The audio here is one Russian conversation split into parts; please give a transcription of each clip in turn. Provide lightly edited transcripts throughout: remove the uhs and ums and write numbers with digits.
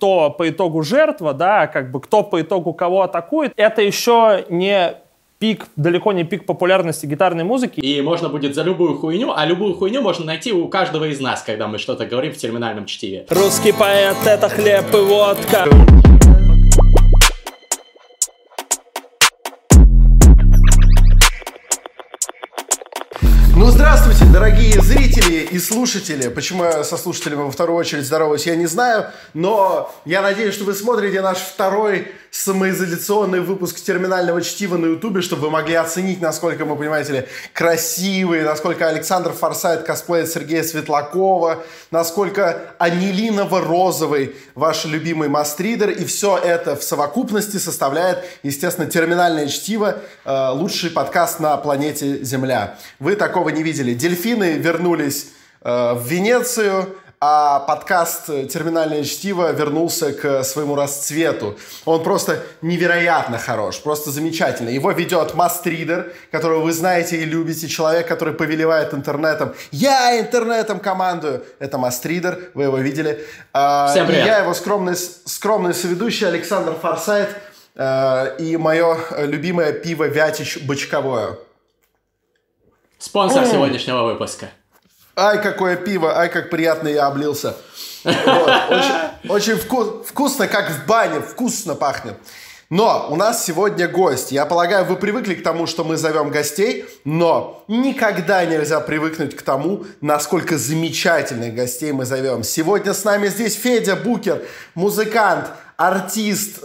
кто по итогу жертва, да, как бы кто по итогу кого атакует, это еще не пик, далеко не пик популярности гитарной музыки. И можно будет за любую хуйню, а любую хуйню можно найти у каждого из нас, когда мы что-то говорим в терминальном чтиве. Русский поэт — это хлеб и водка. Ну, здравствуйте, дорогие зрители и слушатели. Почему я со слушателями во вторую очередь здороваюсь, я не знаю. Но я надеюсь, что вы смотрите наш второй самоизоляционный выпуск терминального чтива на Ютубе, чтобы вы могли оценить, насколько мы, понимаете ли, красивые, насколько Александр Форсайт косплеит Сергея Светлакова, насколько анилиново-розовый ваш любимый мастридер. И все это в совокупности составляет, естественно, терминальное чтиво, лучший подкаст на планете Земля. Вы такого не видели. Дельфины вернулись в Венецию, а подкаст «Терминальное чтиво» вернулся к своему расцвету. Он просто невероятно хорош, просто замечательный. Его ведет мастридер, которого вы знаете и любите, человек, который повелевает интернетом. Я интернетом командую. Это мастридер, вы его видели. Всем привет. И я его скромный соведущий Александр Форсайт и мое любимое пиво «Вятич» бочковое. Спонсор сегодняшнего выпуска. Ай, какое пиво, ай, как приятно я облился. Вот, очень вкусно, как в бане, вкусно пахнет. Но у нас сегодня гость. Я полагаю, вы привыкли к тому, что мы зовем гостей, но никогда нельзя привыкнуть к тому, насколько замечательных гостей мы зовем. Сегодня с нами здесь Федя Букер, музыкант, артист,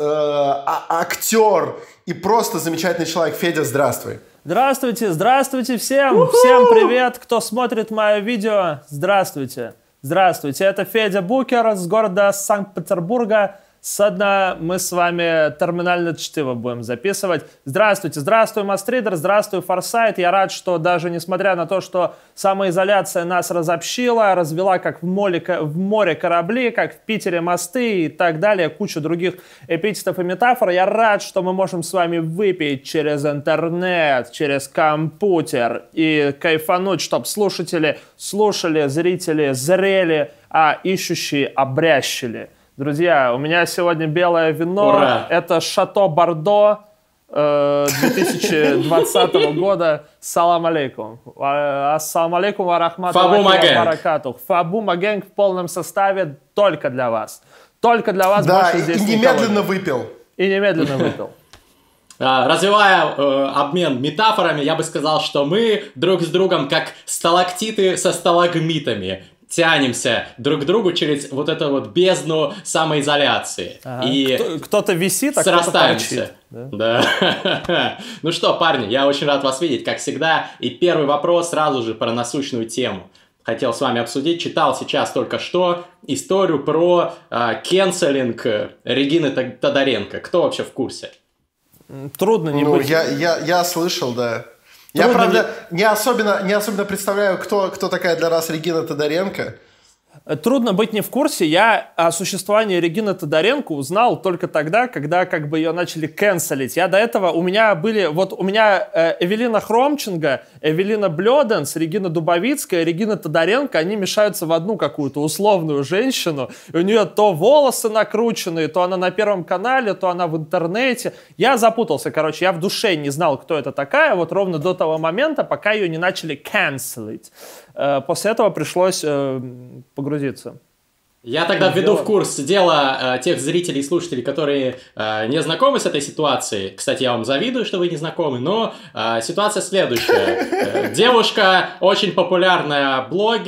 актер и просто замечательный человек. Федя, здравствуй. Здравствуйте, здравствуйте всем! Всем привет, кто смотрит мое видео. Здравствуйте, здравствуйте. Это Федя Букер с города Санкт-Петербурга. Сегодня мы с вами терминальное чтиво будем записывать. Здравствуйте, здравствуй, мастридер, здравствуй, Форсайт. Я рад, что даже несмотря на то, что самоизоляция нас разобщила, развела как в море корабли, как в Питере мосты и так далее, кучу других эпитетов и метафор, я рад, что мы можем с вами выпить через интернет, через компьютер и кайфануть, чтобы слушатели слушали, зрители зрели, а ищущие обрящили. Друзья, у меня сегодня белое вино. Ура! Это Шато Бордо 2020 года. Салам алейкум. Ассалам алейкум ва рахматуллахи ва баракатух. Фабу Магенг в полном составе только для вас. Только для вас. Да, больше здесь и немедленно выпил. И немедленно выпил. Развивая обмен метафорами, я бы сказал, что мы друг с другом как сталактиты со сталагмитами. Тянемся друг к другу через вот эту вот бездну самоизоляции. Ага. И кто-то висит, а кто-то торчит. Да. Ну что, парни, я очень рад вас видеть, как всегда. И первый вопрос сразу же про насущную тему. Хотел с вами обсудить. Читал сейчас только что историю про кенселинг Регины Тодоренко. Кто вообще в курсе? Трудно не быть. Я слышал, да. Я, правда, не особенно представляю, кто такая для нас Регина Тодоренко. Трудно быть не в курсе. Я о существовании Регины Тодоренко узнал только тогда, когда как бы ее начали канцелить. Я до этого, у меня Эвелина Хромченко, Эвелина Блёденс, Регина Дубовицкая, Регина Тодоренко, они мешаются в одну какую-то условную женщину. И у нее то волосы накрученные, то она на Первом канале, то она в интернете. Я запутался, короче, я в душе не знал, кто это такая, вот ровно до того момента, пока ее не начали канцелить. После этого пришлось погрузиться. Я тогда введу в курс дела тех зрителей и слушателей, которые не знакомы с этой ситуацией. Кстати, я вам завидую, что вы не знакомы, но ситуация следующая. Девушка, очень популярная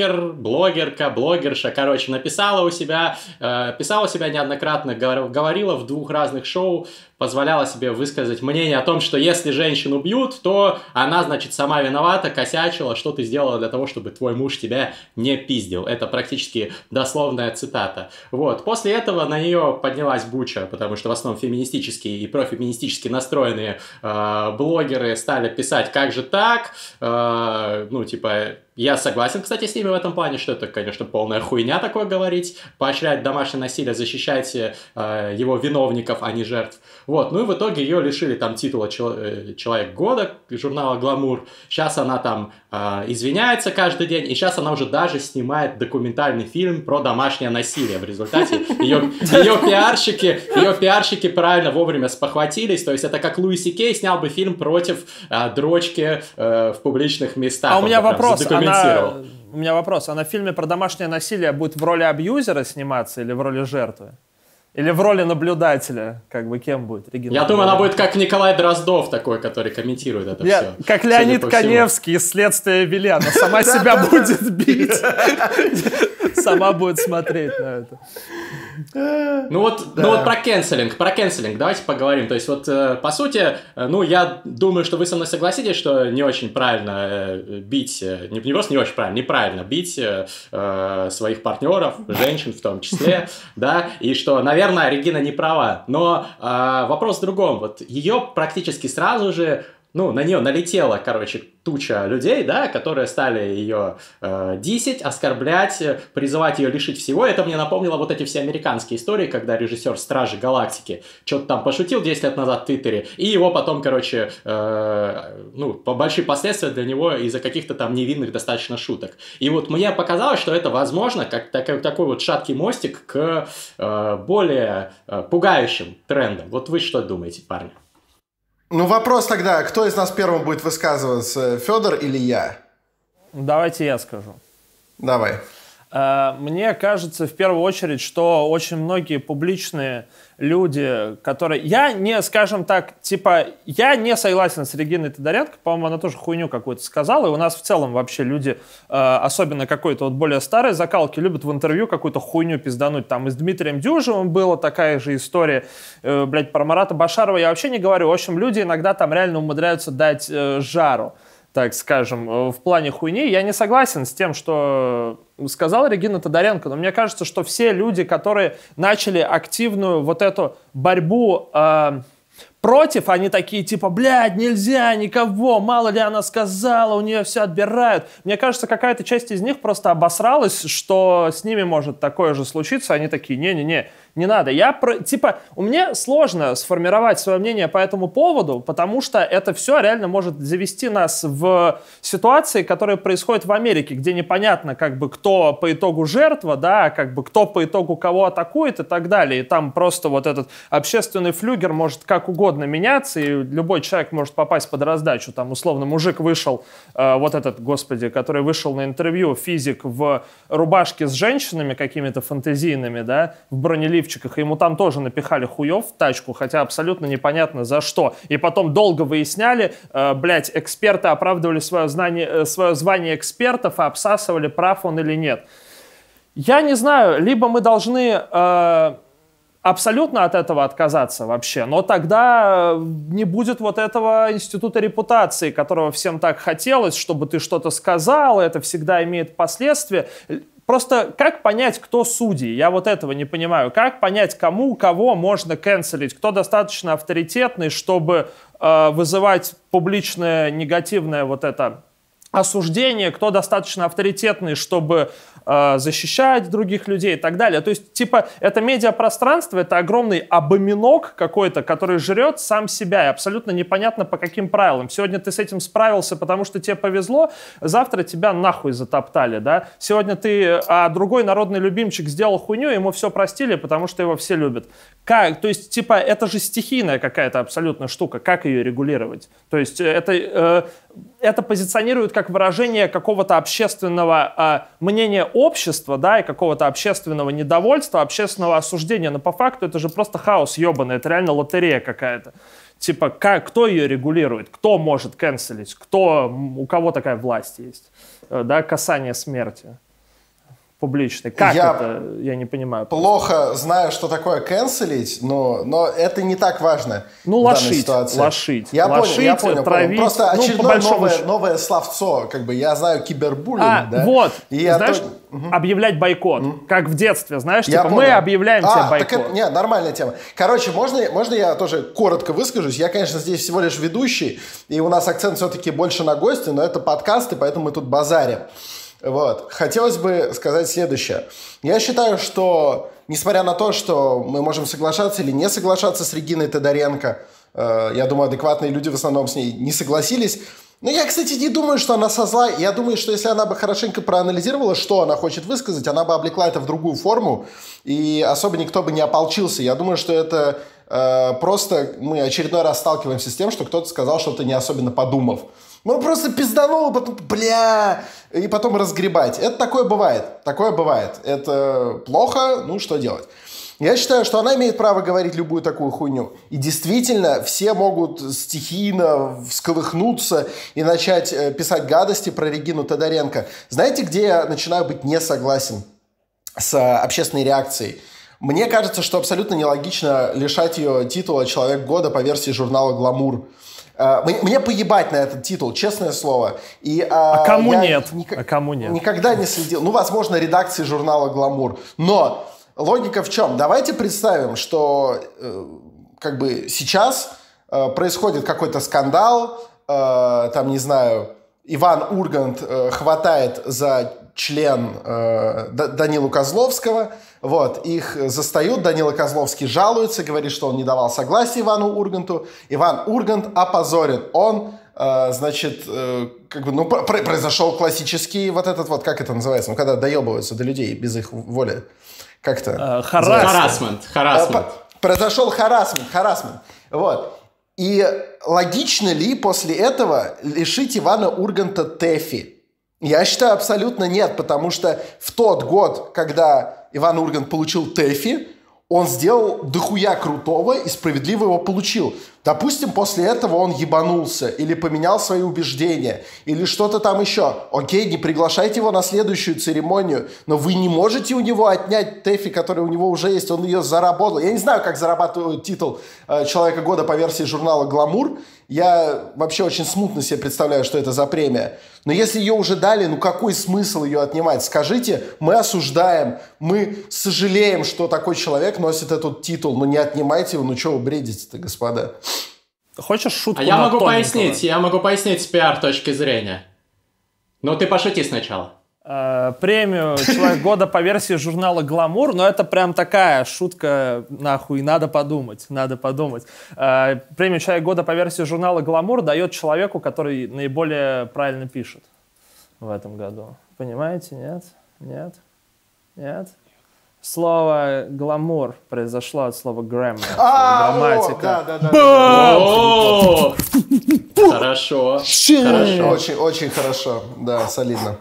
блогерша, короче, писала у себя неоднократно, говорила в 2 разных шоу, позволяла себе высказать мнение о том, что если женщину бьют, то она, значит, сама виновата, косячила, что ты сделала для того, чтобы твой муж тебя не пиздил. Это практически дословная цитата. Вот. После этого на нее поднялась буча, потому что в основном феминистические и профеминистически настроенные блогеры стали писать, как же так, Я согласен, кстати, с ними в этом плане, что это, конечно, полная хуйня такое говорить, поощрять домашнее насилие, защищать его виновников, а не жертв. Вот, ну и в итоге ее лишили там титула «Человек года» журнала «Гламур». Сейчас она там извиняется каждый день, и сейчас она уже даже снимает документальный фильм про домашнее насилие. В результате ее пиарщики правильно вовремя спохватились, то есть это как Луи Си Кей снял бы фильм против дрочки в публичных местах. А у меня вопрос. У меня вопрос. Она в фильме про домашнее насилие будет в роли абьюзера сниматься или в роли жертвы? Или в роли наблюдателя? Как бы кем будет? Регина? Я думаю, она будет как Николай Дроздов такой, который комментирует это все. Как Леонид Каневский из «Следствия вели». Она сама себя будет бить. Сама будет смотреть на это. Ну вот про кэнселинг давайте поговорим. То есть вот по сути, я думаю, что вы со мной согласитесь, что не очень правильно бить, не просто не очень правильно, неправильно бить своих партнеров, женщин в том числе, да, и что, наверное, Регина не права. Но вопрос в другом. Вот ее практически сразу же, на нее налетела, туча людей, да, которые стали ее дисить, оскорблять, призывать ее лишить всего. Это мне напомнило вот эти все американские истории, когда режиссер «Стражи Галактики» что-то там пошутил 10 лет назад в Твиттере, и его потом, большие последствия для него из-за каких-то там невинных достаточно шуток. И вот мне показалось, что это, возможно, как такой вот шаткий мостик к более пугающим трендам. Вот вы что думаете, парни? Вопрос тогда, кто из нас первым будет высказываться, Федор или я? Давайте я скажу. Давай. Мне кажется, в первую очередь, что очень многие публичные люди, которые... Я не согласен с Региной Тодоренко, по-моему, она тоже хуйню какую-то сказала, и у нас в целом вообще люди, особенно какой-то вот более старой закалки, любят в интервью какую-то хуйню пиздануть. Там и с Дмитрием Дюжевым была такая же история, про Марата Башарова я вообще не говорю. В общем, люди иногда там реально умудряются дать жару, так скажем, в плане хуйни. Я не согласен с тем, что сказала Регина Тодоренко, но мне кажется, что все люди, которые начали активную вот эту борьбу против, они такие типа, блядь, нельзя никого, мало ли она сказала, у нее все отбирают. Мне кажется, какая-то часть из них просто обосралась, что с ними может такое же случиться. Они такие, не надо. У меня сложно сформировать свое мнение по этому поводу, потому что это все реально может завести нас в ситуации, которые происходят в Америке, где непонятно, кто по итогу жертва, да, кто по итогу кого атакует и так далее. И там просто вот этот общественный флюгер может как угодно меняться, и любой человек может попасть под раздачу. Там, условно, мужик вышел, который вышел на интервью, физик в рубашке с женщинами какими-то фантазийными, да, в бронеливчиках, ему там тоже напихали хуев в тачку, хотя абсолютно непонятно за что. И потом долго выясняли, эксперты оправдывали свое звание экспертов, а обсасывали, прав он или нет. Я не знаю, либо мы должны абсолютно от этого отказаться вообще, но тогда не будет вот этого института репутации, которого всем так хотелось, чтобы ты что-то сказал, это всегда имеет последствия. Просто как понять, кто судьи? Я вот этого не понимаю. Как понять, кого можно канцелить? Кто достаточно авторитетный, чтобы вызывать публичное негативное вот это осуждение? Кто достаточно авторитетный, чтобы защищать других людей и так далее? То есть, это медиапространство, это огромный абоминок какой-то, который жрет сам себя, и абсолютно непонятно по каким правилам. Сегодня ты с этим справился, потому что тебе повезло, завтра тебя нахуй затоптали, да? Сегодня другой народный любимчик сделал хуйню, ему все простили, потому что его все любят. Как? То есть, это же стихийная какая-то абсолютно штука. Как ее регулировать? То есть, это позиционирует как выражение какого-то общественного мнения общества, да, и какого-то общественного недовольства, общественного осуждения. Но по факту это же просто хаос ебаный, это реально лотерея какая-то. Кто ее регулирует? Кто может канцелить? У кого такая власть есть? Да, касание смерти публичной. Как это? Я не понимаю. Плохо знаю, что такое канцелить, но это не так важно в данной ситуации. Я понял. Травить, просто очередное новое словцо. Я знаю кибербуллинг, да? Вот. И я объявлять бойкот. Как в детстве, знаешь, Я типа понял. мы объявляем тебе бойкот. Так нет, нормальная тема. Короче, можно я тоже коротко выскажусь? Я, конечно, здесь всего лишь ведущий, и у нас акцент все-таки больше на гости, но это подкасты, поэтому мы тут базарим. Вот. Хотелось бы сказать следующее. Я считаю, что, несмотря на то, что мы можем соглашаться или не соглашаться с Региной Тодоренко, я думаю, адекватные люди в основном с ней не согласились. Но я, кстати, не думаю, что она со зла. Я думаю, что если она бы хорошенько проанализировала, что она хочет высказать, она бы облекла это в другую форму, и особо никто бы не ополчился. Я думаю, что это просто мы очередной раз сталкиваемся с тем, что кто-то сказал что-то не особенно подумав. Ну, просто пизданул, потом, и потом разгребать. Это такое бывает. Это плохо, ну, что делать? Я считаю, что она имеет право говорить любую такую хуйню. И действительно, все могут стихийно всколыхнуться и начать писать гадости про Регину Тодоренко. Знаете, где я начинаю быть не согласен с общественной реакцией? Мне кажется, что абсолютно нелогично лишать ее титула «Человек года» по версии журнала «Гламур». Мне поебать на этот титул, честное слово. Кому нет? Кому нет? Никогда не следил. Ну, возможно, редакции журнала «Гламур». Но логика в чем? Давайте представим, что как бы сейчас происходит какой-то скандал, там, не знаю, Иван Ургант хватает за член Данилу Козловского, вот, их застают, Данила Козловский жалуется, говорит, что он не давал согласия Ивану Урганту. Иван Ургант опозорен. Он, значит, как бы, ну, произошел классический вот этот вот, как это называется, ну, когда доебываются до людей без их воли. Как это? Харассмент. Произошел харассмент. Вот. И логично ли после этого лишить Ивана Урганта ТЭФИ? Я считаю, абсолютно нет, потому что в тот год, когда Иван Ургант получил ТЭФИ, он сделал дохуя крутого и справедливо его получил. Допустим, после этого он ебанулся или поменял свои убеждения, или что-то там еще. Окей, не приглашайте его на следующую церемонию, но вы не можете у него отнять ТЭФИ, который у него уже есть, он ее заработал. Я не знаю, как зарабатывают титул «Человека года» по версии журнала «Гламур». Я вообще очень смутно себе представляю, что это за премия. Но если ее уже дали, ну какой смысл ее отнимать? Скажите, мы осуждаем, мы сожалеем, что такой человек носит этот титул, но не отнимайте его, ну что вы бредите-то, господа? Хочешь шутку? Я могу пояснить с пиар-точки зрения. Ну ты пошути сначала. Премию «Человек года» по версии журнала «Гламур», но это прям такая шутка, нахуй, надо подумать. Премию «Человек года» по версии журнала «Гламур» дает человеку, который наиболее правильно пишет в этом году. Понимаете? Нет? Слово «гламур» произошло от слова «граммар», грамматика. Да. Хорошо. Очень хорошо, да, солидно.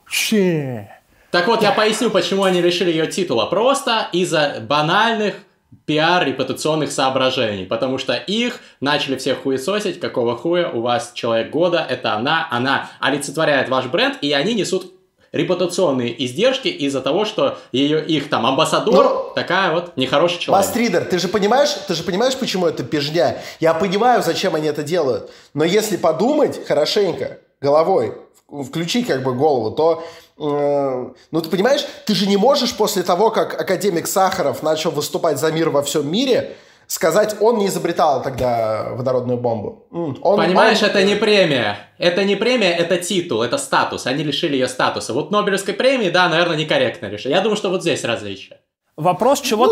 Так вот, я поясню, почему они лишили ее титула. Просто из-за банальных пиар-репутационных соображений. Потому что их начали всех хуесосить. Какого хуя у вас человек года? Это она олицетворяет ваш бренд, и они несут репутационные издержки из-за того, что их там амбассадор такая вот нехороший человек. Мастридер, ты же понимаешь, почему это пижня? Я понимаю, зачем они это делают. Но если подумать хорошенько, головой, включить как бы голову, то, ну ты понимаешь, ты же не можешь после того, как академик Сахаров начал выступать за мир во всем мире, сказать, он не изобретал тогда водородную бомбу. Это не премия. Это не премия, это титул, это статус. Они лишили ее статуса. Вот Нобелевской премии, да, наверное, некорректно решили. Я думаю, что вот здесь различие. Вопрос, чего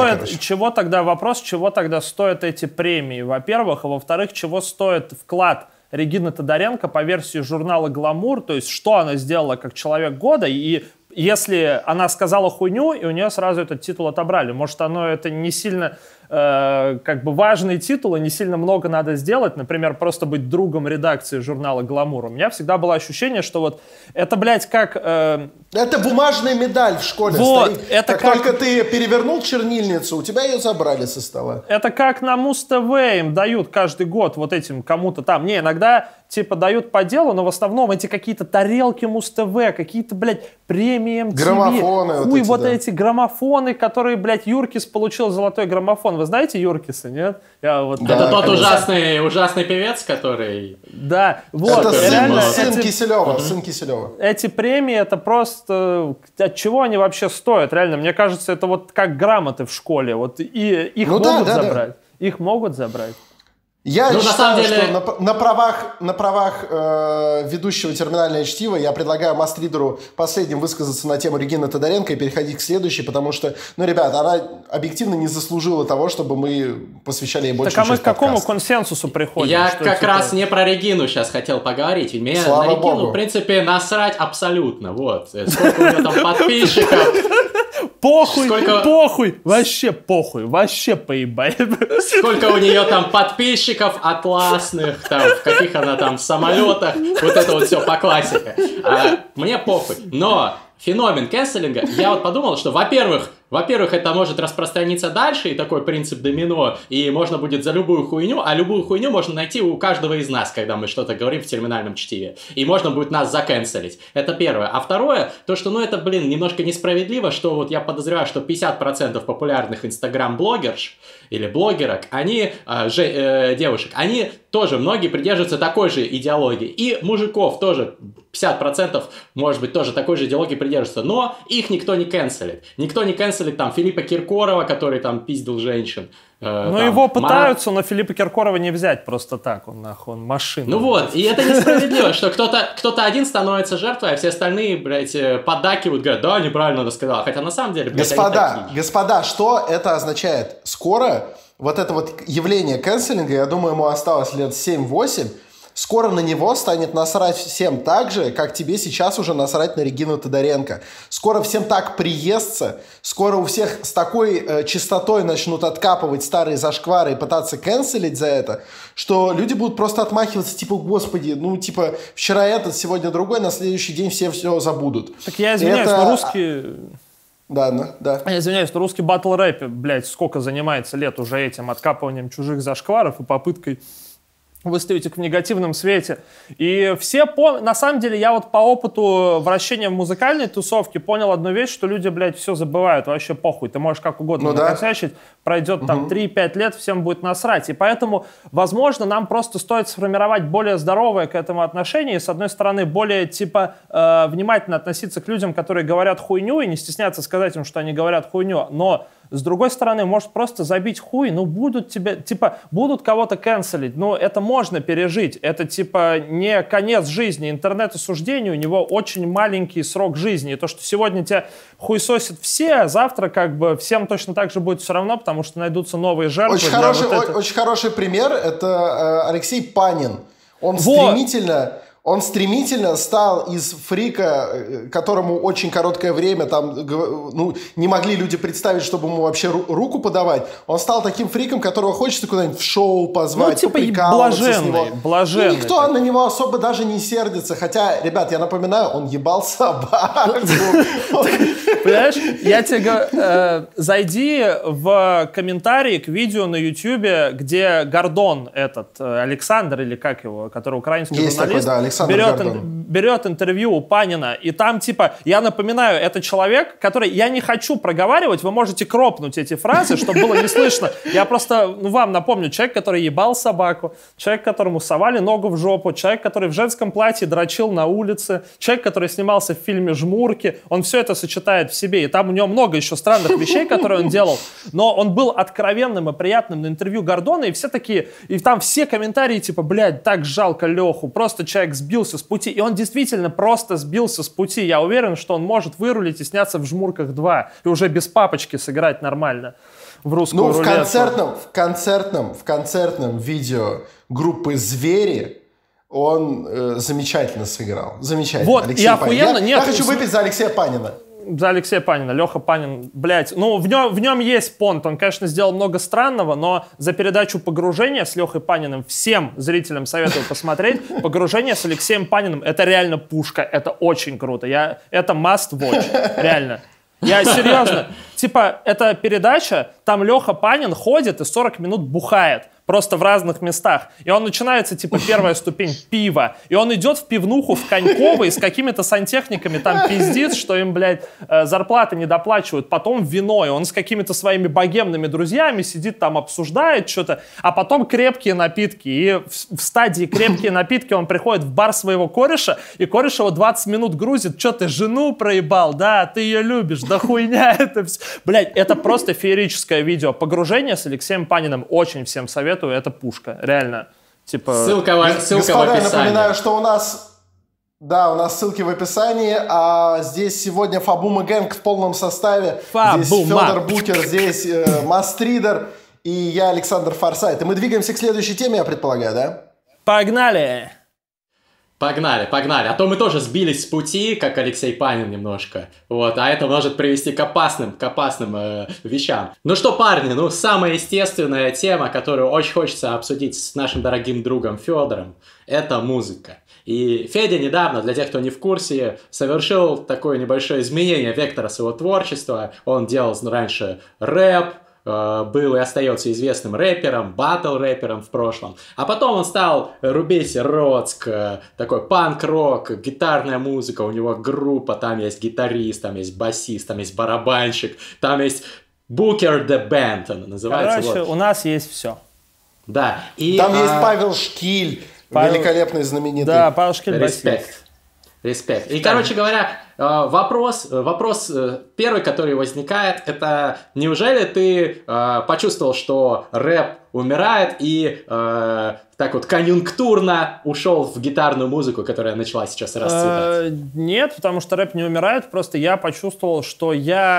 тогда стоят эти премии, во-первых, а во-вторых, чего стоит вклад Регины Тодоренко по версии журнала «Гламур», то есть что она сделала как человек года, и если она сказала хуйню, и у нее сразу этот титул отобрали. Может, это не сильно как бы важный титул, и не сильно много надо сделать, например, просто быть другом редакции журнала «Гламур». У меня всегда было ощущение, что вот это, блядь, как... Это бумажная медаль в школе вот, стоит. Как только ты перевернул чернильницу, у тебя ее забрали со стола. Это как на Муз-ТВ им дают каждый год вот этим кому-то там. Не, иногда типа, дают по делу, но в основном эти какие-то тарелки Муз-ТВ, какие-то, блядь, премии MTV. Граммофоны. Хуй, вот эти граммофоны, которые, блядь, Юркис получил золотой граммофон. Вы знаете Юркиса, нет? Это тот ужасный певец, который... Да, вот. Это реально, сын Киселева. Эти премии, это просто... От чего они вообще стоят? Реально, мне кажется, это вот как грамоты в школе. Вот, и их могут забрать. Их могут забрать. Я считаю, что на правах ведущего «Терминальное чтиво» я предлагаю мастридеру последним высказаться на тему Регины Тодоренко и переходить к следующей, потому что, ребят, она объективно не заслужила того, чтобы мы посвящали ей больше часть подкаста. Так а мы к какому консенсусу приходим? Я как раз не про Регину сейчас хотел поговорить. Мне на Регину, в принципе, насрать абсолютно. Вот. Сколько у нее там подписчиков. Похуй, вообще поебай. Сколько у нее там подписчиков атласных, там, в каких она там самолетах, вот это вот все по классике. Мне похуй, но феномен кэнселинга, я вот подумал, что, во-первых, это может распространиться дальше, и такой принцип домино, и можно будет за любую хуйню, а любую хуйню можно найти у каждого из нас, когда мы что-то говорим в терминальном чтиве, и можно будет нас закэнселить. Это первое. А второе, то, что, это, немножко несправедливо, что вот я подозреваю, что 50% популярных инстаграм-блогерш или блогерок, они, девушек, они тоже, многие придерживаются такой же идеологии, и мужиков тоже 50%, может быть, тоже такой же идеологии придерживаются, но их никто не кэнселит. Никто не кэнселит там Филиппа Киркорова, который там пиздил женщин. Его пытаются, но Филиппа Киркорова не взять просто так, он машина. И это несправедливо, что кто-то один становится жертвой, а все остальные, блядь, поддакивают, говорят, да, неправильно она сказала, хотя на самом деле, блядь, Господа, что это означает? Скоро вот это вот явление кэнселинга, я думаю, ему осталось лет 7-8, скоро на него станет насрать всем так же, как тебе сейчас уже насрать на Регину Тодоренко. Скоро всем так приестся, скоро у всех с такой частотой начнут откапывать старые зашквары и пытаться кэнселить за это, что люди будут просто отмахиваться, типа, господи, вчера этот, сегодня другой, на следующий день все забудут. Так я извиняюсь, но русские... Да. Я извиняюсь, но русский батл-рэп, блядь, сколько занимается лет уже этим откапыванием чужих зашкваров и попыткой выставить их в негативном свете. И все, на самом деле, я вот по опыту вращения в музыкальной тусовке понял одну вещь, что люди, блядь, все забывают, вообще похуй. Ты можешь как угодно накосячить, пройдет там 3-5 лет, всем будет насрать. И поэтому, возможно, нам просто стоит сформировать более здоровое к этому отношение, и, с одной стороны, более, внимательно относиться к людям, которые говорят хуйню, и не стесняться сказать им, что они говорят хуйню, но с другой стороны, может просто забить хуй, будут кого-то кэнселить, это можно пережить, это не конец жизни, интернет-осуждение, у него очень маленький срок жизни, и то, что сегодня тебя хуесосят все, а завтра всем точно так же будет все равно, потому что найдутся новые жертвы. Очень хороший пример, это Алексей Панин, он стремительно стал из фрика, которому очень короткое время не могли люди представить, чтобы ему вообще руку подавать. Он стал таким фриком, которого хочется куда-нибудь в шоу позвать, поприкалываться с него. Блаженный. И никто на него особо даже не сердится. Хотя, ребят, я напоминаю, он ебал собак. Понимаешь, я тебе говорю, зайди в комментарии к видео на Ютьюбе, где Гордон Александр, или как его, который украинский журналист, берет интервью у Панина, и там я напоминаю, это человек, который, я не хочу проговаривать, вы можете кропнуть эти фразы, чтобы было не слышно. Я просто вам напомню, человек, который ебал собаку, человек, которому совали ногу в жопу, человек, который в женском платье дрочил на улице, человек, который снимался в фильме «Жмурки», он все это сочетает в себе, и там у него много еще странных вещей, которые он делал, но он был откровенным и приятным на интервью Гордона, и все такие, и там все комментарии блядь, так жалко Леху, просто человек сбился с пути, и он действительно просто сбился с пути. Я уверен, что он может вырулить и сняться в «Жмурках 2» и уже без папочки сыграть нормально в русскую рулетку. В концертном видео группы «Звери» он замечательно сыграл. Замечательно. Вот, Алексей и охуенно. Я хочу выпить за Алексея Панина. За Алексея Панина. Леха Панин, блядь. В нем есть понт. Он, конечно, сделал много странного, но за передачу «Погружение» с Лехой Паниным всем зрителям советую посмотреть. «Погружение» с Алексеем Паниным — это реально пушка. Это очень круто. Это must watch. Реально. Я серьезно. Это передача, там Леха Панин ходит и 40 минут бухает. Просто в разных местах. И он начинается, типа, первая ступень пива. И он идет в пивнуху в Коньково и с какими-то сантехниками там пиздит, что им, блядь, зарплаты не доплачивают. Потом вино. И он с какими-то своими богемными друзьями сидит там, обсуждает что-то. А потом крепкие напитки. И в стадии крепкие напитки он приходит в бар своего кореша, и кореш его 20 минут грузит. Что ты, жену проебал? Да, ты ее любишь. Да хуйня это все. Блядь, это просто феерическое видео. Погружение с Алексеем Паниным. Очень всем советую. Это пушка, реально. Типа... Ссылка в описании. Напоминаю, что у нас ссылки в описании, а здесь сегодня Фабума Гэнг в полном составе. Здесь Федор Букер, здесь Мастридер и я, Александр Форсайт. И мы двигаемся к следующей теме, я предполагаю, да? Погнали! Погнали. А то мы тоже сбились с пути, как Алексей Панин немножко. Вот, а это может привести к опасным вещам. Ну что, парни, самая естественная тема, которую очень хочется обсудить с нашим дорогим другом Федором, это музыка. И Федя недавно, для тех, кто не в курсе, совершил такое небольшое изменение вектора своего творчества. Он делал раньше рэп, был и остается известным рэпером, батл-рэпером в прошлом. А потом он стал рубить роцк, такой панк-рок, гитарная музыка, у него группа, там есть гитарист, там есть басист, там есть барабанщик, там есть Booker the Band, она называется. Короче, у нас есть все. Да. И, там есть Павел Шкиль, великолепный, знаменитый. Да, Павел Шкиль, басист. Респект. И, короче говоря, вопрос первый, который возникает, это неужели ты почувствовал, что рэп умирает и так вот конъюнктурно ушел в гитарную музыку, которая начала сейчас расцветать? Нет, потому что рэп не умирает, просто я почувствовал, что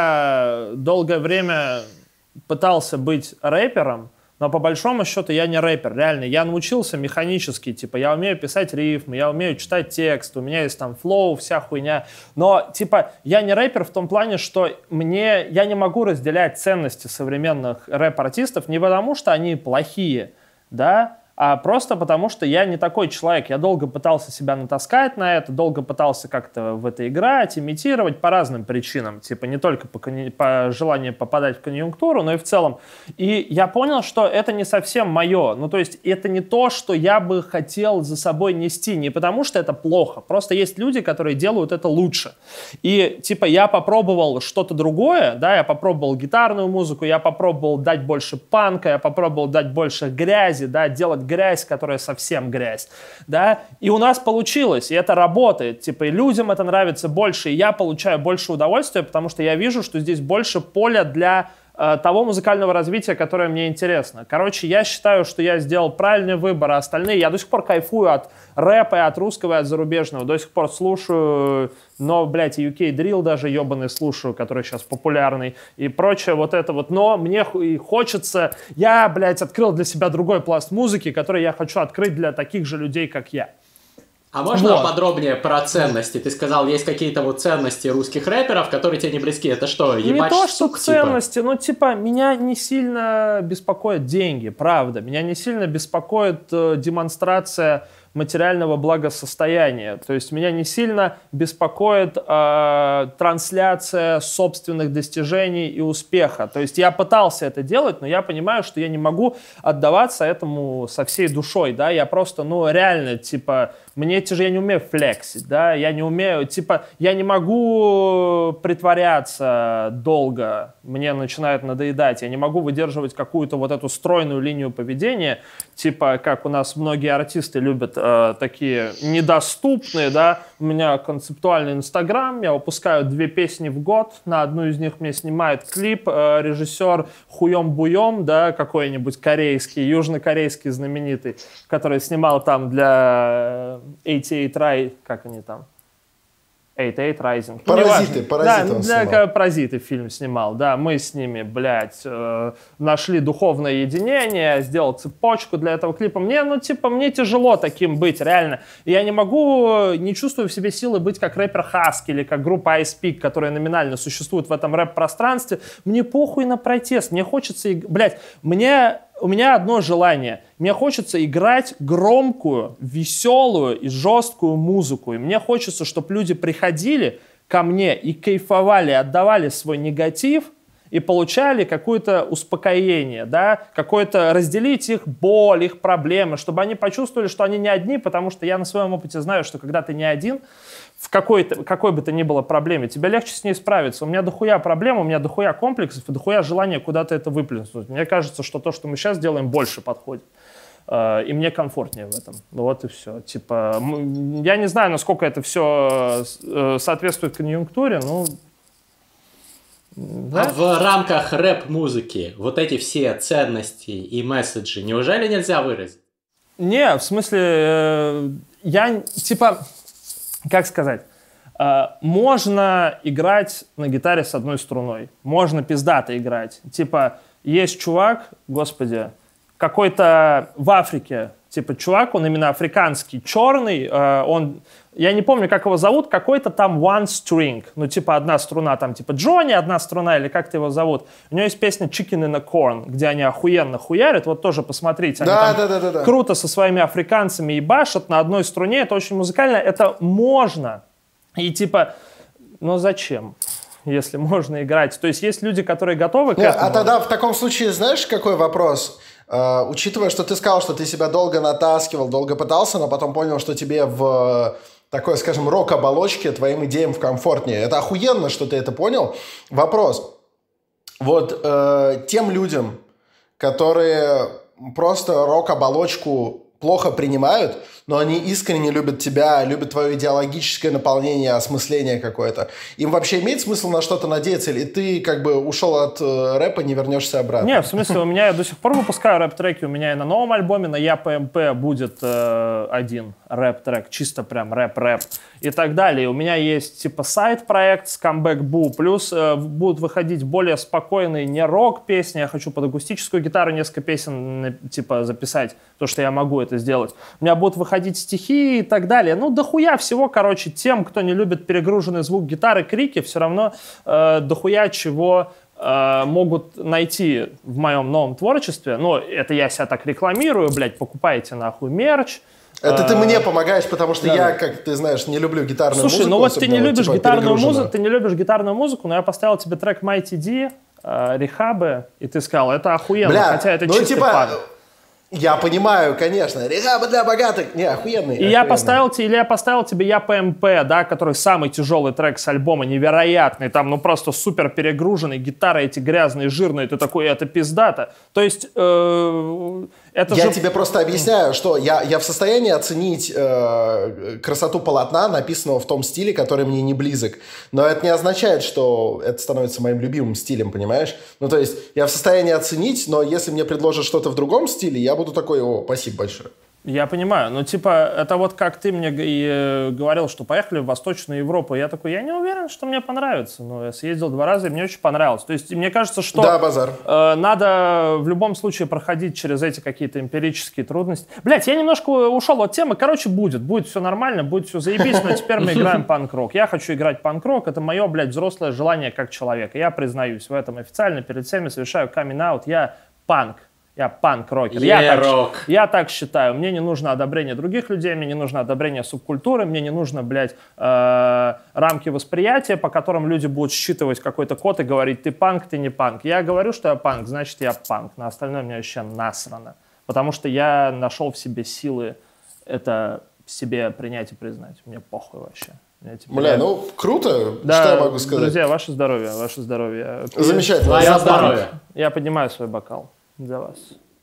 я долгое время пытался быть рэпером, но по большому счету я не рэпер, реально. Я научился механически, типа, я умею писать рифмы, я умею читать текст, у меня есть там флоу, вся хуйня. Но, типа, я не рэпер в том плане, что я не могу разделять ценности современных рэп-артистов не потому, что они плохие, да, а просто потому, что я не такой человек. Я долго пытался себя натаскать на это, долго пытался как-то в это играть, имитировать по разным причинам. Типа не только по желанию попадать в конъюнктуру, но и в целом. И я понял, что это не совсем мое. Ну, то есть это не то, что я бы хотел за собой нести. Не потому, что это плохо. Просто есть люди, которые делают это лучше. И типа я попробовал что-то другое, да, я попробовал гитарную музыку, я попробовал дать больше панка, я попробовал дать больше грязи, да, делать грязь, которая совсем грязь, да, и у нас получилось, и это работает, типа, и людям это нравится больше, и я получаю больше удовольствия, потому что я вижу, что здесь больше поля для того музыкального развития, которое мне интересно. Короче, я считаю, что я сделал правильный выбор, а остальные... Я до сих пор кайфую от рэпа, и от русского, и от зарубежного. До сих пор слушаю, но, блядь, UK Drill даже ебаный слушаю, который сейчас популярный, и прочее вот это вот. Но мне хочется... Я, блядь, открыл для себя другой пласт музыки, который я хочу открыть для таких же людей, как я. А можно подробнее про ценности? Ты сказал, есть какие-то вот ценности русских рэперов, которые тебе не близки. Это что, ебать не то, сук, что ценности, ну, типа, меня не сильно беспокоят деньги, правда. Меня не сильно беспокоит демонстрация материального благосостояния. То есть меня не сильно беспокоит трансляция собственных достижений и успеха. То есть я пытался это делать, но я понимаю, что я не могу отдаваться этому со всей душой, да, я просто, ну, реально, типа, я не умею флексить, да, я не умею, типа, я не могу притворяться долго, мне начинает надоедать, я не могу выдерживать какую-то вот эту стройную линию поведения, типа, как у нас многие артисты любят такие недоступные, да, у меня концептуальный инстаграм, я выпускаю 2 песни в год, на одну из них мне снимает клип режиссер Хуем-Буем, да, какой-нибудь корейский, южнокорейский знаменитый, который снимал там для 88 как они там? 88 Rising. Паразиты да, он для «Паразиты» фильм снимал, да, мы с ними, блядь, нашли духовное единение, сделал цепочку для этого клипа. Мне тяжело таким быть, реально. Я не чувствую в себе силы быть как рэпер Husky или как группа Ice Peak, которая номинально существует в этом рэп-пространстве. Мне похуй на протест, мне хочется, блядь, у меня одно желание. Мне хочется играть громкую, веселую и жесткую музыку. И мне хочется, чтобы люди приходили ко мне и кайфовали, отдавали свой негатив и получали какое-то успокоение, да, какое-то разделить их боль, их проблемы, чтобы они почувствовали, что они не одни, потому что я на своем опыте знаю, что когда ты не один, в какой бы то ни было проблеме, тебе легче с ней справиться. У меня дохуя проблем, у меня дохуя комплексов и дохуя желания куда-то это выплеснуть. Мне кажется, что то, что мы сейчас делаем, больше подходит. И мне комфортнее в этом. Вот и все. Типа, я не знаю, насколько это все соответствует конъюнктуре, ну... Да? А в рамках рэп-музыки вот эти все ценности и месседжи неужели нельзя выразить? Не, в смысле, я, типа, как сказать, можно играть на гитаре с одной струной, можно пиздато играть. Типа, есть чувак, господи, какой-то в Африке, типа, чувак, он именно африканский, черный, он, я не помню, как его зовут, какой-то там one string, ну, типа, одна струна, там, типа, Джонни, одна струна, или как-то его зовут. У него есть песня Chicken in a Corn, где они охуенно хуярят, вот тоже посмотрите. Они круто со своими африканцами и башат на одной струне, это очень музыкально, это можно. И, типа, ну, зачем? Если можно играть. То есть есть люди, которые готовы к этому. А тогда в таком случае, знаешь, какой вопрос? Учитывая, что ты сказал, что ты себя долго натаскивал, долго пытался, но потом понял, что тебе в такой, скажем, рок-оболочке твоим идеям комфортнее. Это охуенно, что ты это понял. Вопрос. Вот тем людям, которые просто рок-оболочку плохо принимают, но они искренне любят тебя, любят твое идеологическое наполнение, осмысление какое-то. Им вообще имеет смысл на что-то надеяться? Или ты как бы ушел от рэпа, не вернешься обратно? Нет, в смысле, у меня я до сих пор выпускаю рэп-треки. У меня и на новом альбоме, на ЯПМП будет один рэп-трек, чисто прям рэп-рэп и так далее. И у меня есть типа сайт-проект с Comeback Boo, плюс будут выходить более спокойные не рок-песни. Я хочу под акустическую гитару несколько песен типа записать, потому что я могу это сделать. У меня будут выходить стихи и так далее. Ну, дохуя всего, короче, тем, кто не любит перегруженный звук гитары, крики, все равно дохуя чего могут найти в моем новом творчестве. Ну, это я себя так рекламирую, блядь, покупайте нахуй мерч. Это ты мне помогаешь, потому что я, как ты знаешь, не люблю гитарную музыку. Слушай, ну вот ты не любишь гитарную музыку, но я поставил тебе трек Mighty D, Рехабы, и ты сказал, это охуенно, бля, хотя это ну, чистый типа... панк. Я понимаю, конечно. Рехаба для богатых. Не, охуенный. И я поставил тебе Я ПМП, да, который самый тяжелый трек с альбома, невероятный, там, ну, просто супер перегруженный, гитары эти грязные, жирные, ты такой, это пиздато. То есть, это я же... тебе просто объясняю, что я в состоянии оценить красоту полотна, написанного в том стиле, который мне не близок. Но это не означает, что это становится моим любимым стилем, понимаешь? Ну, то есть, я в состоянии оценить, но если мне предложат что-то в другом стиле, я буду такой, о, спасибо большое. Я понимаю, но типа это вот как ты мне говорил, что поехали в Восточную Европу, я такой, я не уверен, что мне понравится, но я съездил 2 раза и мне очень понравилось. То есть мне кажется, что да, базар. Надо в любом случае проходить через эти какие-то эмпирические трудности. Блять, я немножко ушел от темы, короче, будет все нормально, будет все заебись, но теперь мы играем панк-рок. Я хочу играть панк-рок, это мое, блядь, взрослое желание как человека. Я признаюсь в этом официально, перед всеми совершаю камин-аут, я панк. Я панк-рокер. Я так считаю. Мне не нужно одобрение других людей, мне не нужно одобрение субкультуры, мне не нужно, блядь, рамки восприятия, по которым люди будут считывать какой-то код и говорить, ты панк, ты не панк. Я говорю, что я панк, значит, я панк. На остальное мне вообще насрано. Потому что я нашел в себе силы это в себе принять и признать. Мне похуй вообще. Бля, ну круто, да, что я могу сказать. Друзья, ваше здоровье, ваше здоровье. Замечательно. Твое здоровье. Я поднимаю свой бокал за вас.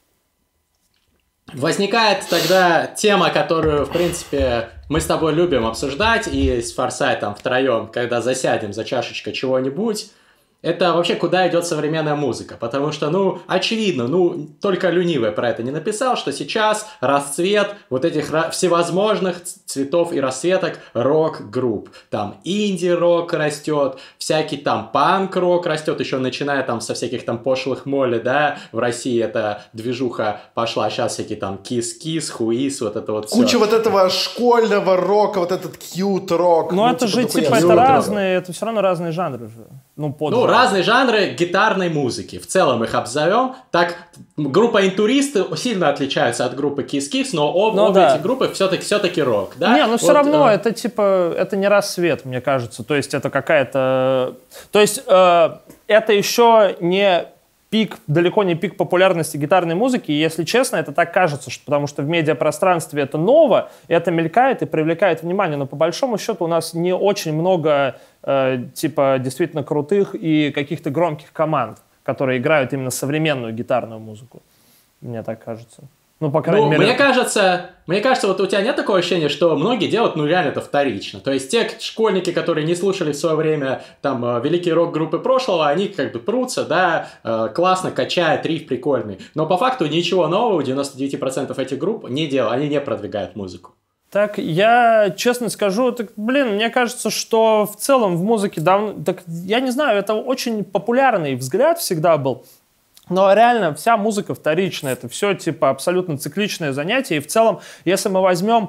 Возникает тогда тема, которую, в принципе, мы с тобой любим обсуждать, и с Форсайтом втроем, когда засядем за чашечкой чего-нибудь, это вообще куда идет современная музыка. Потому что, ну, очевидно, ну, только ленивый про это не написал, что сейчас расцвет вот этих всевозможных цветов и расцветок рок-групп. Там инди-рок растет, всякий там панк-рок растет, еще начиная там со всяких там пошлых моли, да, в России эта движуха пошла, сейчас всякие там кис-кис, хуис, вот это вот все. Куча вот этого школьного рока, вот этот кьют-рок. Ну, это же, типа, это разные, это все равно разные жанры же. Ну, разные жанры гитарной музыки. В целом их обзовем. Так, группа Интуристы сильно отличаются от группы Kiss Kiss, но обе эти группы все-таки рок, да? Не, ну все равно это типа, это не рассвет, мне кажется. То есть это какая-то... То есть это еще не пик, далеко не пик популярности гитарной музыки, и, если честно, это так кажется, потому что в медиапространстве это ново, это мелькает и привлекает внимание, но по большому счету у нас не очень много типа действительно крутых и каких-то громких команд, которые играют именно современную гитарную музыку. Мне так кажется. Ну, по крайней мере... Мне кажется, вот у тебя нет такого ощущения, что многие делают, реально это вторично. То есть те школьники, которые не слушали в свое время там великие рок-группы прошлого, они как бы прутся, да, классно, качают, риф прикольный. Но по факту ничего нового у 99% этих групп не делают, они не продвигают музыку. Так, я честно скажу, мне кажется, что в целом в музыке я не знаю, это очень популярный взгляд всегда был. Но реально вся музыка вторичная, это все типа абсолютно цикличное занятие. И в целом, если мы возьмем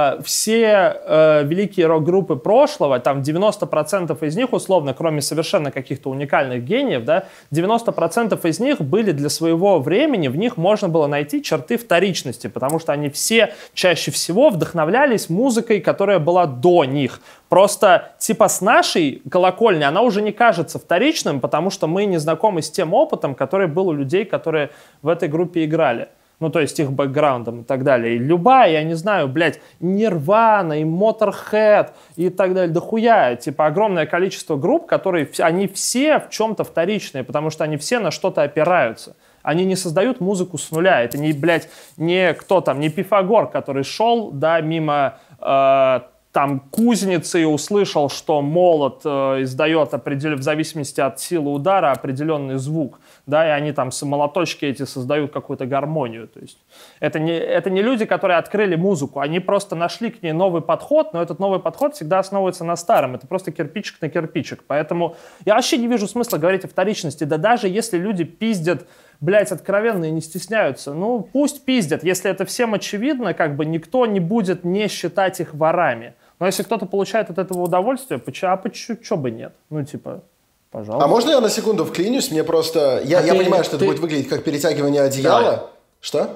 все великие рок-группы прошлого, там 90% из них, условно, кроме совершенно каких-то уникальных гениев, да, 90% из них были для своего времени, в них можно было найти черты вторичности, потому что они все чаще всего вдохновлялись музыкой, которая была до них. Просто типа с нашей колокольни она уже не кажется вторичным, потому что мы не знакомы с тем опытом, который был у людей, которые в этой группе играли. Ну, то есть их бэкграундом и так далее. И любая, я не знаю, Nirvana и Motorhead и так далее, дохуя. Типа огромное количество групп, которые, они все в чем-то вторичные, потому что они все на что-то опираются. Они не создают музыку с нуля. Это не, не кто там, не Пифагор, который шел, да, мимо... там кузницы и услышал, что молот издает в зависимости от силы удара определенный звук, да, и они там молоточки эти создают какую-то гармонию. То есть это не люди, которые открыли музыку, они просто нашли к ней новый подход, но этот новый подход всегда основывается на старом, это просто кирпичик на кирпичик. Поэтому я вообще не вижу смысла говорить о вторичности, да даже если люди пиздят, откровенно и не стесняются, ну пусть пиздят, если это всем очевидно, как бы никто не будет не считать их ворами. Но если кто-то получает от этого удовольствие, чё бы нет? Ну, типа, пожалуйста. А можно я на секунду вклинюсь? Мне просто... Я понимаю, что это будет выглядеть как перетягивание одеяла. Давай. Что?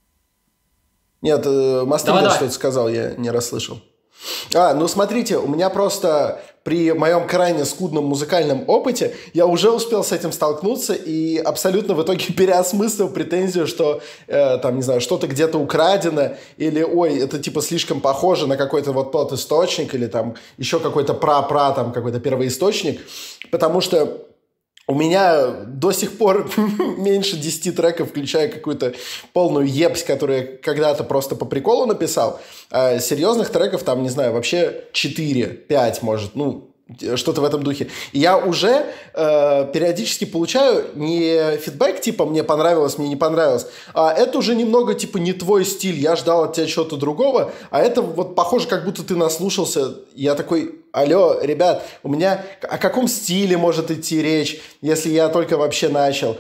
Нет, Мастридер что-то сказал, я не расслышал. Ну смотрите, у меня просто при моем крайне скудном музыкальном опыте я уже успел с этим столкнуться и абсолютно в итоге переосмыслил претензию, что там, не знаю, что-то где-то украдено или, ой, это типа слишком похоже на какой-то вот тот источник или там еще какой-то там какой-то первоисточник, потому что у меня до сих пор меньше 10 треков, включая какую-то полную епсь, которую я когда-то просто по приколу написал. А серьезных треков там, не знаю, вообще 4-5, может, что-то в этом духе. И я уже периодически получаю не фидбэк типа «мне понравилось», «мне не понравилось», а это уже немного типа не твой стиль, я ждал от тебя чего-то другого, а это вот похоже, как будто ты наслушался. Я такой: алло, ребят, у меня о каком стиле может идти речь, если я только вообще начал?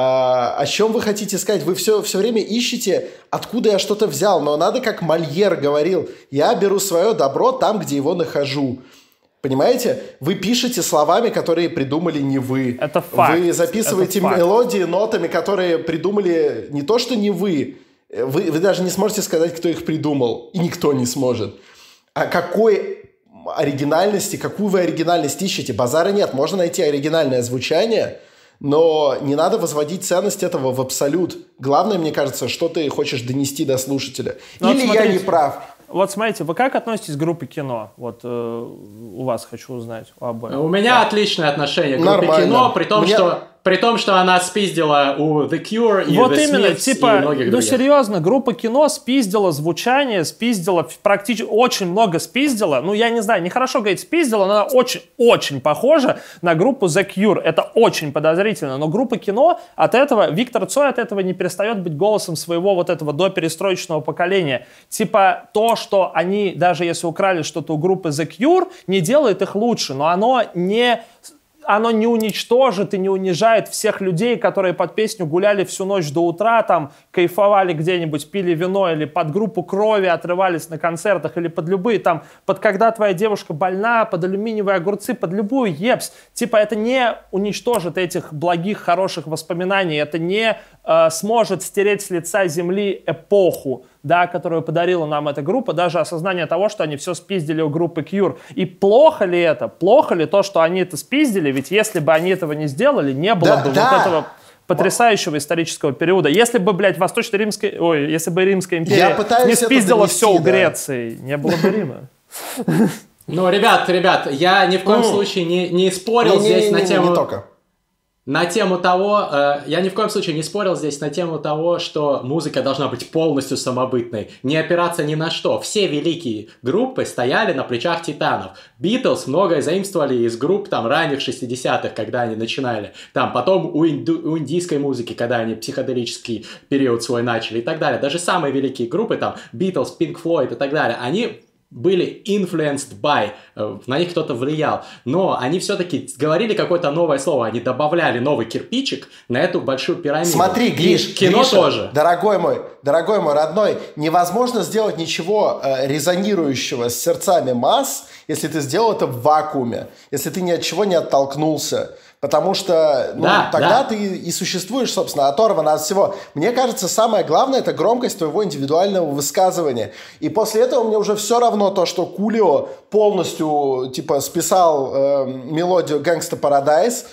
О чем вы хотите сказать? Вы все время ищете, откуда я что-то взял, но надо, как Мольер говорил, я беру свое добро там, где его нахожу. Понимаете? Вы пишете словами, которые придумали не вы. Это факт. Вы записываете мелодии нотами, которые придумали не то, что не вы. Вы даже не сможете сказать, кто их придумал. И никто не сможет. А какую вы оригинальность ищете? Базара нет. Можно найти оригинальное звучание, но не надо возводить ценность этого в абсолют. Главное, мне кажется, что ты хочешь донести до слушателя. Или я не прав. Вот смотрите, вы как относитесь к группе Кино? Вот у вас хочу узнать, у обоих. У меня отличное отношение к группе Кино, при том, что она спиздила у The Cure и вот The именно, Smiths типа, и многих других. Серьезно, группа Кино спиздила звучание, спиздила практически, очень много спиздила. Ну, я не знаю, нехорошо говорить спиздила, но она очень-очень похожа на группу The Cure. Это очень подозрительно. Но группа Кино от этого, Виктор Цой от этого не перестает быть голосом своего вот этого доперестроечного поколения. Типа, то, что они, даже если украли что-то у группы The Cure, не делает их лучше, но оно не оно не уничтожит и не унижает всех людей, которые под песню гуляли всю ночь до утра, там, кайфовали где-нибудь, пили вино или под группу Крови отрывались на концертах, или под любые, там, под «Когда твоя девушка больна», под «Алюминиевые огурцы», под любую епс. Типа это не уничтожит этих благих, хороших воспоминаний, это не сможет стереть с лица земли эпоху, да, которую подарила нам эта группа, даже осознание того, что они все спиздили у группы Cure. И плохо ли это? Плохо ли то, что они это спиздили? Ведь если бы они этого не сделали, не было бы вот этого потрясающего исторического периода. Если бы, блядь, если бы Римская империя не спиздила все у Греции, не было бы Рима. Ну, ребят, я ни в коем случае не спорил здесь на тему... Не только. На тему того, я ни в коем случае не спорил здесь на тему того, что музыка должна быть полностью самобытной, не опираться ни на что. Все великие группы стояли на плечах титанов. Битлз многое заимствовали из групп там ранних 60-х, когда они начинали. Там потом у индийской музыки, когда они психоделический период свой начали и так далее. Даже самые великие группы, там Битлз, Pink Floyd и так далее, они были influenced by, на них кто-то влиял, но они все-таки говорили какое-то новое слово, они добавляли новый кирпичик на эту большую пирамиду. Смотри, Гриша, тоже. Дорогой мой родной, невозможно сделать ничего резонирующего с сердцами масс, если ты сделал это в вакууме, если ты ни от чего не оттолкнулся. Потому что тогда ты и существуешь, собственно, оторван от всего. Мне кажется, самое главное – это громкость твоего индивидуального высказывания. И после этого мне уже все равно то, что Кулио полностью типа списал мелодию «Gangsta Paradise»,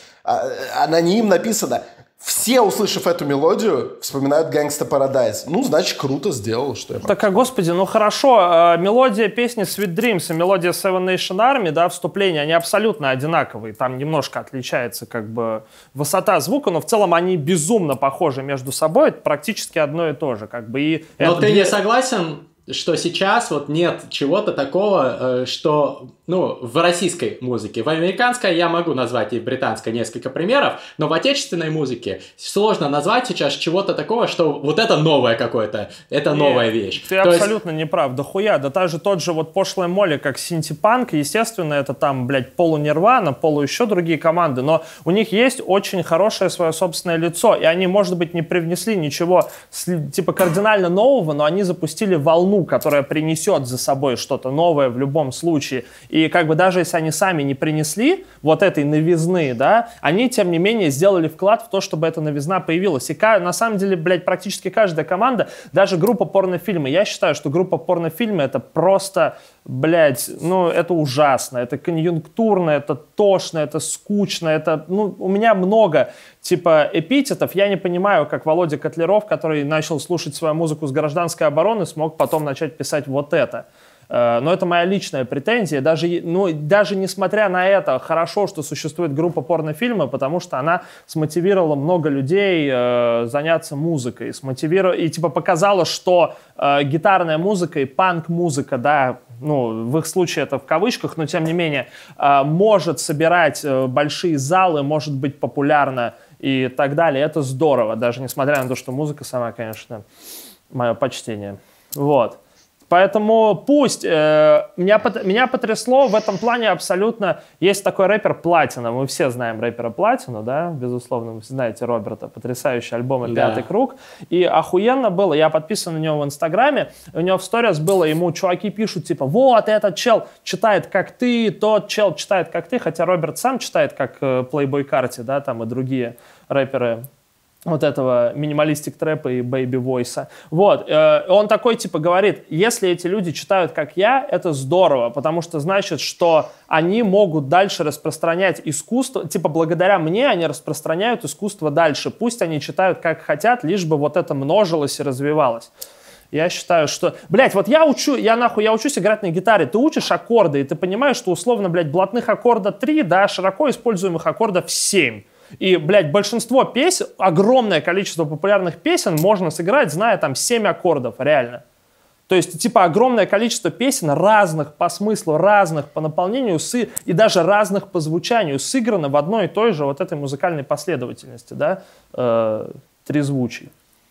а на ним написано. Все, услышав эту мелодию, вспоминают «Gangsta Paradise». Ну, значит, круто сделал, что я могу. Так, господи, ну хорошо, мелодия песни Sweet Dreams и мелодия Seven Nation Army, да, вступления, они абсолютно одинаковые. Там немножко отличается как бы высота звука, но в целом они безумно похожи между собой. Это практически одно и то же. Как бы, и но ты не согласен, что сейчас вот нет чего-то такого, что, ну, в российской музыке, в американской я могу назвать и в британской несколько примеров, но в отечественной музыке сложно назвать сейчас чего-то такого, что вот это новое какое-то, это новая вещь. Ты абсолютно не прав, да хуя, да тот же вот пошлая Молли, как синти-панк, естественно, это там, блядь, полу-нирвана, полу еще другие команды, но у них есть очень хорошее свое собственное лицо, и они, может быть, не привнесли ничего типа кардинально нового, но они запустили волну, которая принесет за собой что-то новое в любом случае. И как бы даже если они сами не принесли вот этой новизны, да, они, тем не менее, сделали вклад в то, чтобы эта новизна появилась. И на самом деле, блядь, практически каждая команда, даже группа порнофильмы, я считаю, что группа порнофильмы это просто, блядь, ну, это ужасно, это конъюнктурно, это тошно, это скучно, это, ну, у меня много типа эпитетов. Я не понимаю, как Володя Котляров, который начал слушать свою музыку с гражданской обороны, смог потом начать писать вот это. Но это моя личная претензия. Даже несмотря на это, хорошо, что существует группа порнофильмы, потому что она смотивировала много людей заняться музыкой. И типа показала, что гитарная музыка и панк-музыка, да, ну, в их случае это в кавычках, но тем не менее, может собирать большие залы, может быть популярна и так далее. Это здорово, даже несмотря на то, что музыка сама, конечно, мое почтение. Вот. Поэтому пусть. Меня потрясло в этом плане абсолютно. Есть такой рэпер Платина. Мы все знаем рэпера Платину, да, безусловно. Вы знаете Роберта. Потрясающий альбом «Пятый круг». И охуенно было. Я подписан на него в Инстаграме. У него в сторис было, ему чуваки пишут, типа, вот этот чел читает как ты, тот чел читает как ты. Хотя Роберт сам читает как Playboy Carti, да, там и другие рэперы вот этого минималистик трэпа и бэйби войса. Вот. Он такой, типа, говорит, если эти люди читают, как я, это здорово, потому что значит, что они могут дальше распространять искусство, типа, благодаря мне они распространяют искусство дальше. Пусть они читают, как хотят, лишь бы вот это множилось и развивалось. Я считаю, что... Блядь, вот я учусь играть на гитаре. Ты учишь аккорды, и ты понимаешь, что условно, блядь, блатных аккордов 3, да, широко используемых аккордов 7. И, блядь, большинство песен, огромное количество популярных песен можно сыграть, зная там 7 аккордов, реально. То есть, типа, огромное количество песен разных по смыслу, разных по наполнению и даже разных по звучанию сыграно в одной и той же вот этой музыкальной последовательности, да, трезвучий.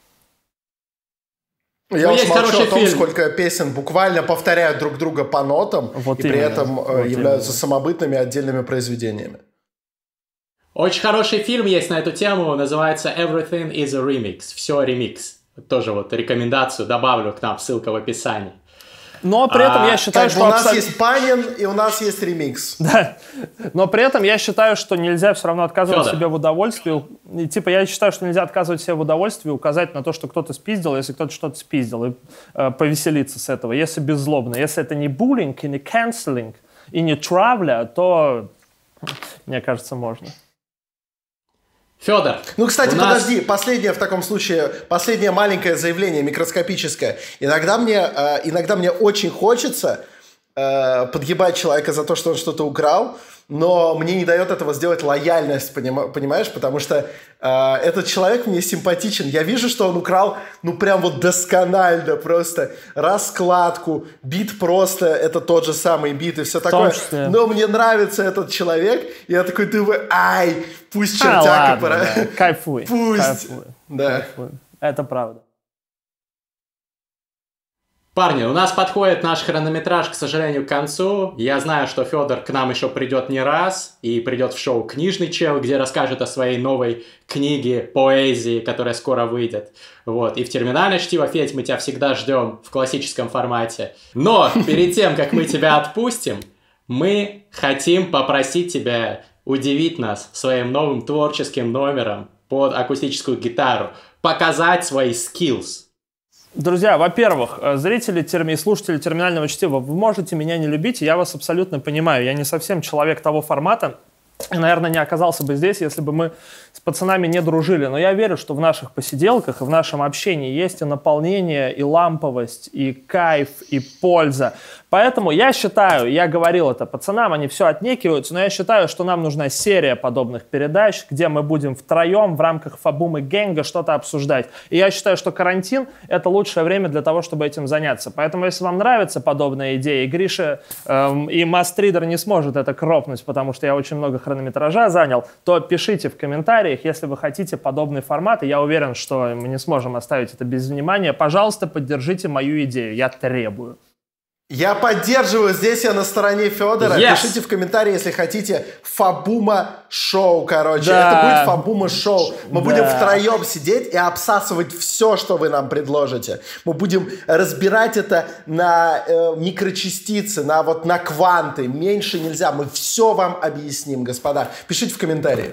Я уж молчу о том, сколько песен буквально повторяют друг друга по нотам вот и именно, при этом являются самобытными отдельными произведениями. Очень хороший фильм есть на эту тему, называется Everything is a Remix. Все ремикс. Тоже вот рекомендацию добавлю к нам, ссылка в описании. Но при этом я считаю, что... У нас есть Панин и у нас есть ремикс. Да. Но при этом я считаю, что нельзя все равно отказывать себе в удовольствии. И, типа, я считаю, что нельзя отказывать себе в удовольствии, указать на то, что кто-то спиздил, если кто-то что-то спиздил, и повеселиться с этого, если беззлобно. Если это не буллинг, и не canceling, и не травля, то, мне кажется, можно. Федор. Ну, кстати, подожди, последнее в таком случае, последнее маленькое заявление, микроскопическое. Иногда мне очень хочется подъебать человека за то, что он что-то украл, но мне не дает этого сделать лояльность, понимаешь? Потому что этот человек мне симпатичен. Я вижу, что он украл, ну, прям вот досконально просто. Раскладку, бит просто, это тот же самый бит и все такое. Но мне нравится этот человек, и я такой думаю, пусть чертяка пора. Да. Кайфуй. Пусть. Кайфуй. Да. Кайфуй. Это правда. Парни, у нас подходит наш хронометраж, к сожалению, к концу. Я знаю, что Федор к нам еще придет не раз, и придет в шоу «Книжный чел», где расскажет о своей новой книге, поэзии, которая скоро выйдет. Вот. И в «Терминальное чтиво», Федь, мы тебя всегда ждем в классическом формате. Но перед тем, как мы тебя отпустим, мы хотим попросить тебя удивить нас своим новым творческим номером под акустическую гитару, показать свои skills. Друзья, во-первых, зрители и слушатели терминального чтива, вы можете меня не любить, и я вас абсолютно понимаю. Я не совсем человек того формата, и, наверное, не оказался бы здесь, если бы мы с пацанами не дружили. Но я верю, что в наших посиделках и в нашем общении есть и наполнение, и ламповость, и кайф, и польза. Поэтому я считаю, я говорил это пацанам, они все отнекиваются, но я считаю, что нам нужна серия подобных передач, где мы будем втроем в рамках Фабумы Гэнга что-то обсуждать. И я считаю, что карантин — это лучшее время для того, чтобы этим заняться. Поэтому, если вам нравится подобная идея, и Гриша и Мастридер не сможет это кропнуть, потому что я очень много хронометража занял, то пишите в комментариях, если вы хотите подобный формат, и я уверен, что мы не сможем оставить это без внимания. Пожалуйста, поддержите мою идею, я требую. Я поддерживаю, здесь я на стороне Федора. Yes. Пишите в комментарии, если хотите, Фабума шоу, короче. Да. Это будет Фабума шоу. Мы будем втроем сидеть и обсасывать все, что вы нам предложите. Мы будем разбирать это на микрочастицы, на кванты. Меньше нельзя. Мы все вам объясним, господа. Пишите в комментарии.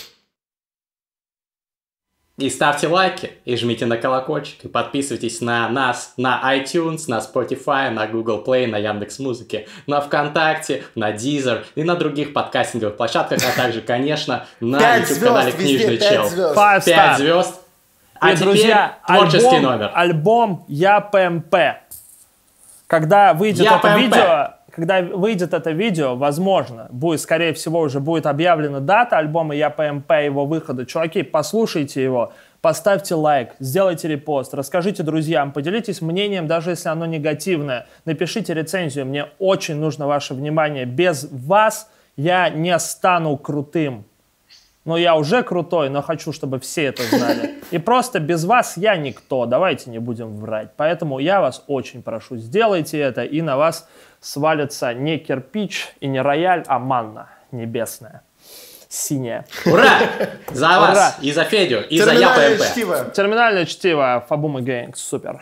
И ставьте лайки, и жмите на колокольчик, и подписывайтесь на нас на iTunes, на Spotify, на Google Play, на Яндекс.Музыке, на ВКонтакте, на Deezer и на других подкастинговых площадках, а также, конечно, на YouTube-канале «Книжный чел». 5 звезд. А теперь, друзья, творческий номер. Альбом «Я ПМП». Когда выйдет это видео, возможно, скорее всего, уже будет объявлена дата альбома «Я ПМП», его выхода. Чуваки, послушайте его, поставьте лайк, сделайте репост, расскажите друзьям, поделитесь мнением, даже если оно негативное. Напишите рецензию, мне очень нужно ваше внимание. Без вас я не стану крутым. Но я уже крутой, но хочу, чтобы все это знали. И просто без вас я никто, давайте не будем врать. Поэтому я вас очень прошу, сделайте это, и на вас свалится не кирпич и не рояль, а манна небесная, синяя. Ура! За вас, и за Федю, и за Я ПМП. Терминальное чтиво, Фабума Гэнг, супер.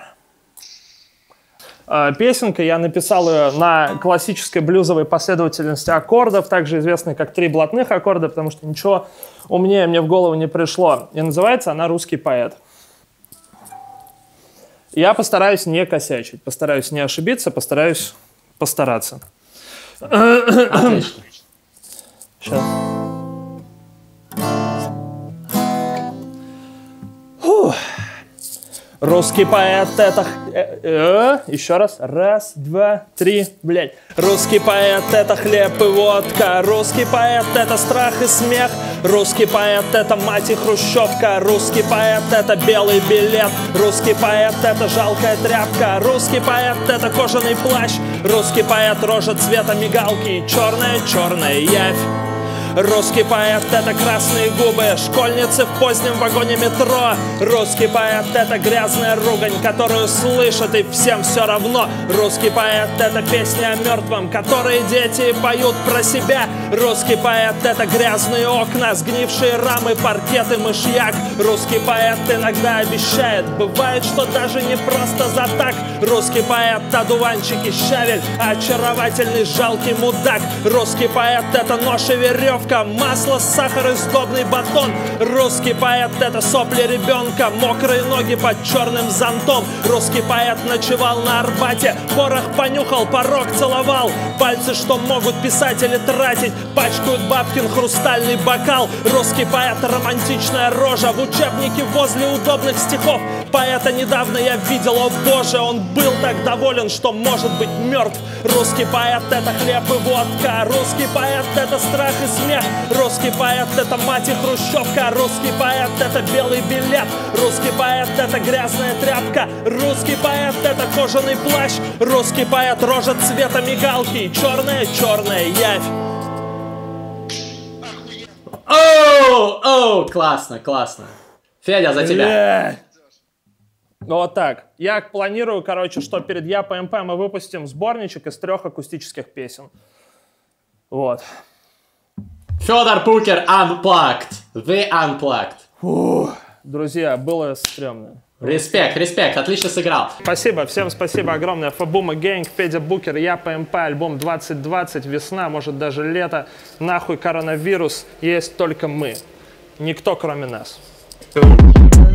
Песенка, я написал ее на классической блюзовой последовательности аккордов, также известной как 3 блатных аккорда, потому что ничего умнее мне в голову не пришло. И называется она «Русский поэт». Я постараюсь не косячить, постараюсь не ошибиться, постараюсь постараться. Отлично. Сейчас. Русский поэт это... Еще раз. Раз, два, три, блядь. Русский поэт это хлеб и водка. Русский поэт это страх и смех. Русский поэт это мать и хрущевка. Русский поэт это белый билет. Русский поэт это жалкая тряпка. Русский поэт это кожаный плащ. Русский поэт рожа цвета мигалки. Черная-черная явь. Русский поэт — это красные губы школьницы в позднем вагоне метро. Русский поэт — это грязная ругань, которую слышат и всем все равно. Русский поэт — это песни о мертвом, которые дети поют про себя. Русский поэт — это грязные окна, сгнившие рамы, паркет и мышьяк. Русский поэт иногда обещает, бывает, что даже не просто за так. Русский поэт — одуванчик и щавель, очаровательный жалкий мудак. Русский поэт — это нож и веревка, масло, сахар и сдобный батон. Русский поэт — это сопли ребенка, мокрые ноги под черным зонтом. Русский поэт ночевал на Арбате, порох понюхал, порог целовал. Пальцы, что могут писать или тратить, пачкают бабкин хрустальный бокал. Русский поэт — романтичная рожа в учебнике возле удобных стихов. Поэта недавно я видел, о боже, он был так доволен, что может быть мертв. Русский поэт — это хлеб и водка. Русский поэт — это страх и смех. Русский поэт — это мать и хрущевка. Русский поэт — это белый билет. Русский поэт — это грязная тряпка. Русский поэт — это кожаный плащ. Русский поэт — рожа цвета мигалки. Черная явь. Оу, классно. Федя, за тебя. Вот так. Я планирую, что перед Я ПМП мы выпустим сборничек из 3 акустических песен. Вот. Федор Букер Unplugged. The Unplugged. Фух, друзья, было стрёмно. Респект, отлично сыграл. Спасибо, всем спасибо огромное. Фабума Гэнг, Федя Букер, Я ПМП, альбом 2020, весна, может даже лето. Нахуй коронавирус, есть только мы. Никто кроме нас.